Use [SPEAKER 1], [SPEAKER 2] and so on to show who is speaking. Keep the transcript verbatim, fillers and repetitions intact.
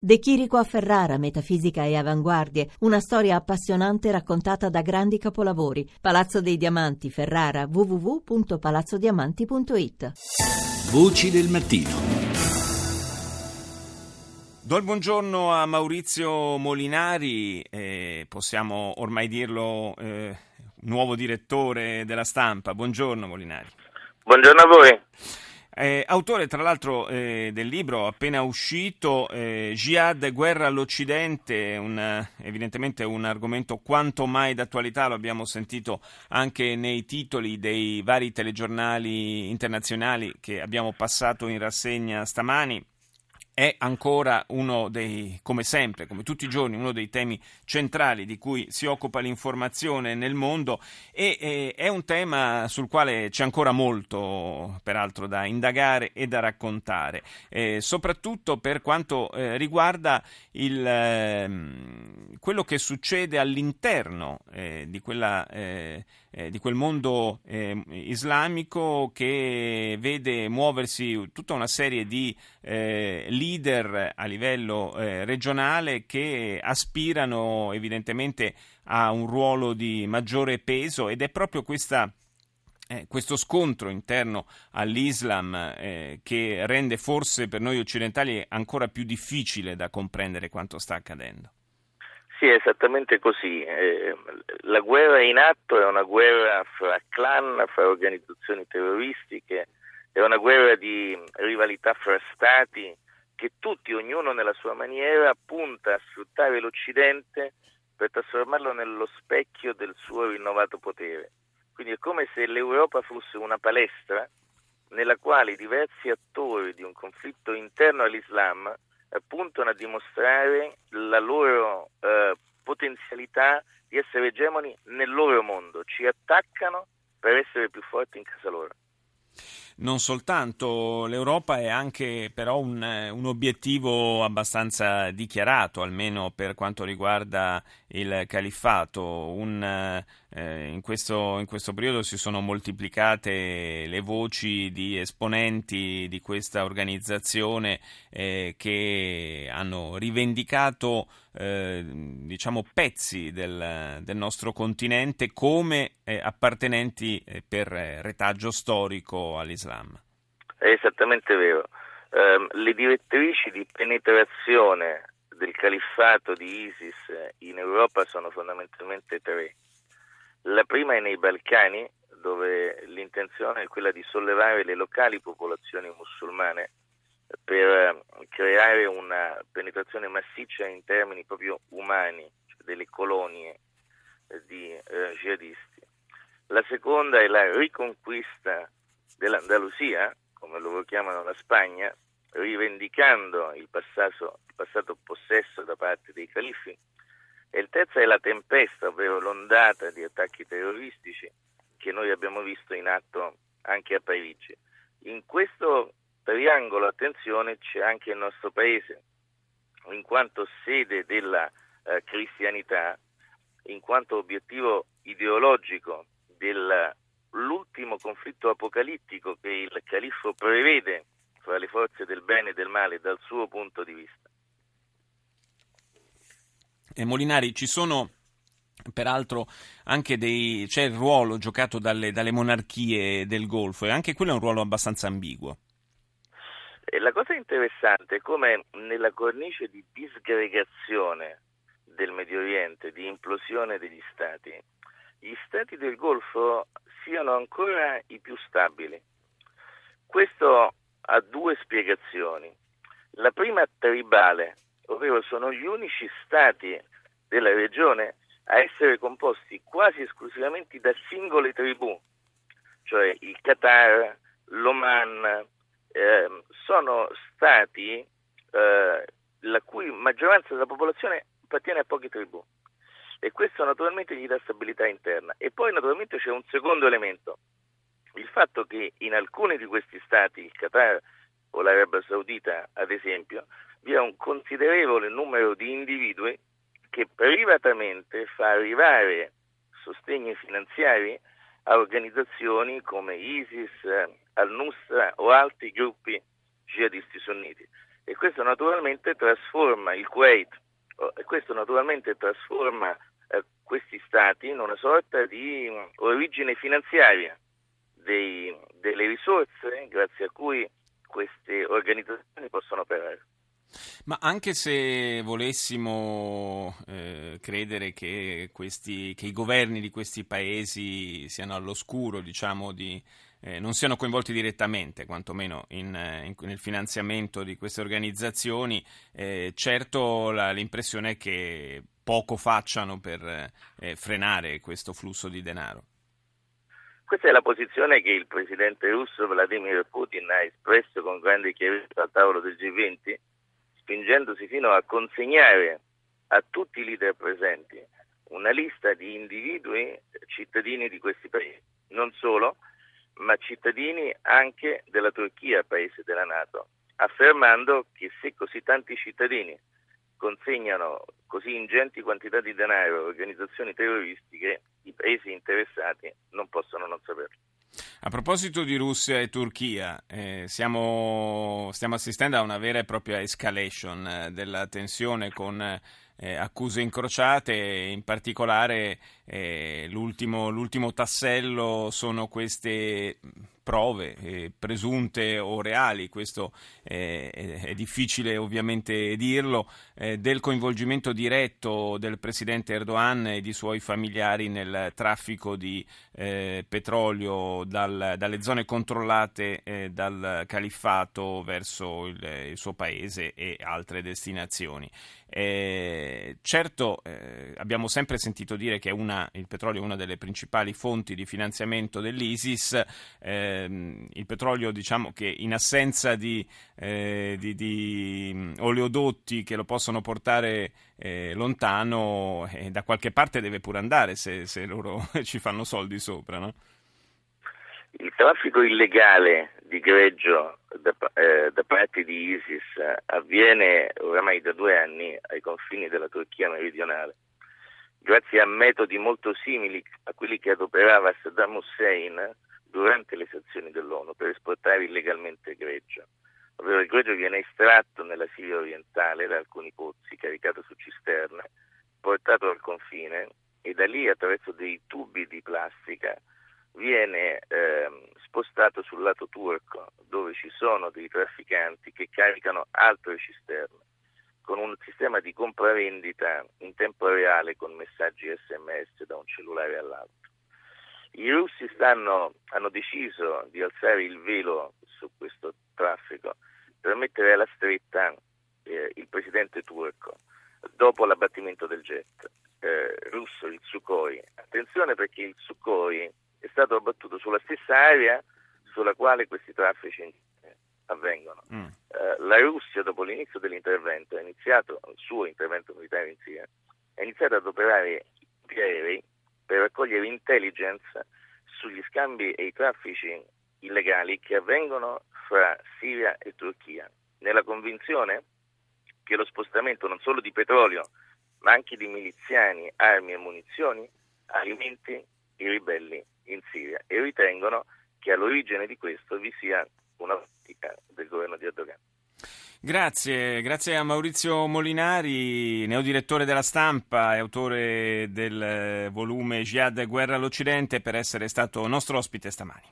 [SPEAKER 1] De Chirico a Ferrara, metafisica e avanguardie, una storia appassionante raccontata da grandi capolavori. Palazzo dei Diamanti, Ferrara, w w w punto palazzo diamanti punto it.
[SPEAKER 2] Voci del mattino.
[SPEAKER 3] Do il buongiorno a Maurizio Molinari, eh, possiamo ormai dirlo, eh, nuovo direttore della Stampa. Buongiorno Molinari.
[SPEAKER 4] Buongiorno a voi.
[SPEAKER 3] Eh, autore tra l'altro eh, del libro appena uscito, eh, Jihad, guerra all'Occidente, un, evidentemente un argomento quanto mai d'attualità, lo abbiamo sentito anche nei titoli dei vari telegiornali internazionali che abbiamo passato in rassegna stamani. È ancora uno dei, come sempre, come tutti i giorni, uno dei temi centrali di cui si occupa l'informazione nel mondo e, e è un tema sul quale c'è ancora molto, peraltro, da indagare e da raccontare, eh, soprattutto per quanto eh, riguarda il, eh, quello che succede all'interno eh, di quella eh, Eh, di quel mondo eh, islamico che vede muoversi tutta una serie di eh, leader a livello eh, regionale che aspirano evidentemente a un ruolo di maggiore peso, ed è proprio questa Eh, questo scontro interno all'Islam eh, che rende forse per noi occidentali ancora più difficile da comprendere quanto sta accadendo.
[SPEAKER 4] Sì, è esattamente così. Eh, la guerra in atto è una guerra fra clan, fra organizzazioni terroristiche, è una guerra di rivalità fra stati che tutti, ognuno nella sua maniera, punta a sfruttare l'Occidente per trasformarlo nello specchio del suo rinnovato potere. Quindi è come se l'Europa fosse una palestra nella quale diversi attori di un conflitto interno all'Islam puntano a dimostrare la loro eh, potenzialità di essere egemoni nel loro mondo, ci attaccano per essere più forti in casa loro.
[SPEAKER 3] Non soltanto, l'Europa è anche però un, un obiettivo abbastanza dichiarato, almeno per quanto riguarda il califfato. Un, eh, in, questo, in questo periodo si sono moltiplicate le voci di esponenti di questa organizzazione eh, che hanno rivendicato eh, diciamo pezzi del, del nostro continente come eh, appartenenti eh, per retaggio storico all'Islam.
[SPEAKER 4] È esattamente vero. Eh, le direttrici di penetrazione del califfato di ISIS in Europa sono fondamentalmente tre. La prima è nei Balcani, dove l'intenzione è quella di sollevare le locali popolazioni musulmane per creare una penetrazione massiccia in termini proprio umani, cioè delle colonie di eh, jihadisti. La seconda è la riconquista dell'Andalusia, come loro chiamano la Spagna, rivendicando il passato, il passato possesso da parte dei califi. E il terzo è la tempesta, ovvero l'ondata di attacchi terroristici che noi abbiamo visto in atto anche a Parigi. In questo triangolo, attenzione, c'è anche il nostro paese, in quanto sede della eh, cristianità, in quanto obiettivo ideologico dell'ultimo conflitto apocalittico che il califfo prevede fra le forze del bene e del male dal suo punto di vista.
[SPEAKER 3] E Molinari, ci sono peraltro anche dei c'è il ruolo giocato dalle, dalle monarchie del Golfo, e anche quello è un ruolo abbastanza ambiguo.
[SPEAKER 4] E la cosa interessante è come nella cornice di disgregazione del Medio Oriente, di implosione degli stati, gli stati del Golfo siano ancora i più stabili. Questo ha due spiegazioni. La prima tribale, ovvero sono gli unici stati della regione a essere composti quasi esclusivamente da singole tribù, cioè il Qatar, l'Oman, eh, sono stati eh, la cui maggioranza della popolazione appartiene a poche tribù. E questo naturalmente gli dà stabilità interna. E poi naturalmente c'è un secondo elemento, il fatto che in alcuni di questi stati, il Qatar o l'Arabia Saudita ad esempio, vi è un considerevole numero di individui che privatamente fa arrivare sostegni finanziari a organizzazioni come ISIS, Al-Nusra o altri gruppi jihadisti sunniti. e questo naturalmente trasforma il Kuwait, e questo naturalmente trasforma eh, questi stati in una sorta di mh, origine finanziaria dei, delle risorse grazie a cui queste organizzazioni possono operare.
[SPEAKER 3] Ma anche se volessimo eh, credere che, questi, che i governi di questi paesi siano all'oscuro, diciamo, di, eh, non siano coinvolti direttamente, quantomeno in, in, nel finanziamento di queste organizzazioni, eh, certo la, l'impressione è che poco facciano per eh, frenare questo flusso di denaro.
[SPEAKER 4] Questa è la posizione che il presidente russo Vladimir Putin ha espresso con grande chiarezza al tavolo del G venti, spingendosi fino a consegnare a tutti i leader presenti una lista di individui cittadini di questi paesi, non solo, ma cittadini anche della Turchia, paese della NATO, affermando che se così tanti cittadini consegnano così ingenti quantità di denaro a organizzazioni terroristiche, i paesi interessati non possono non saperlo.
[SPEAKER 3] A proposito di Russia e Turchia, eh, siamo, stiamo assistendo a una vera e propria escalation eh, della tensione con eh, accuse incrociate, e in particolare eh, l'ultimo, l'ultimo tassello sono queste prove eh, presunte o reali, questo eh, è, è difficile ovviamente dirlo, eh, del coinvolgimento diretto del presidente Erdogan e di suoi familiari nel traffico di eh, petrolio dal, dalle zone controllate eh, dal califfato verso il, il suo paese e altre destinazioni. Eh, certo, eh, abbiamo sempre sentito dire che una, il petrolio è una delle principali fonti di finanziamento dell'ISIS. Eh, il petrolio, diciamo che in assenza di, eh, di, di oleodotti che lo possono portare eh, lontano, eh, da qualche parte deve pure andare se, se loro ci fanno soldi sopra, no?
[SPEAKER 4] Il traffico illegale di greggio da, eh, da parte di ISIS avviene oramai da due anni ai confini della Turchia meridionale, grazie a metodi molto simili a quelli che adoperava Saddam Hussein durante le sanzioni dell'ONU per esportare illegalmente greggio. Ovvero il greggio viene estratto nella Siria orientale da alcuni pozzi, caricato su cisterne, portato al confine e da lì attraverso dei tubi di plastica viene eh, spostato sul lato turco, dove ci sono dei trafficanti che caricano altre cisterne con un sistema di compravendita in tempo reale con messaggi S M S da un cellulare all'altro. I russi stanno, hanno deciso di alzare il velo su questo traffico per mettere alla stretta eh, il presidente turco dopo l'abbattimento del jet eh, russo, il Sukhoi. Attenzione, perché il Sukhoi è stato abbattuto sulla stessa area sulla quale questi traffici avvengono. Mm. Eh, la Russia, dopo l'inizio dell'intervento, ha iniziato il suo intervento militare in Siria, ha iniziato ad operare gli aerei per raccogliere intelligence sugli scambi e i traffici illegali che avvengono fra Siria e Turchia, nella convinzione che lo spostamento non solo di petrolio, ma anche di miliziani, armi e munizioni alimenti i ribelli in Siria, e ritengono che all'origine di questo vi sia una politica del governo di Erdogan.
[SPEAKER 3] Grazie, grazie a Maurizio Molinari, neodirettore della Stampa e autore del volume Jihad, Guerra all'Occidente, per essere stato nostro ospite stamani.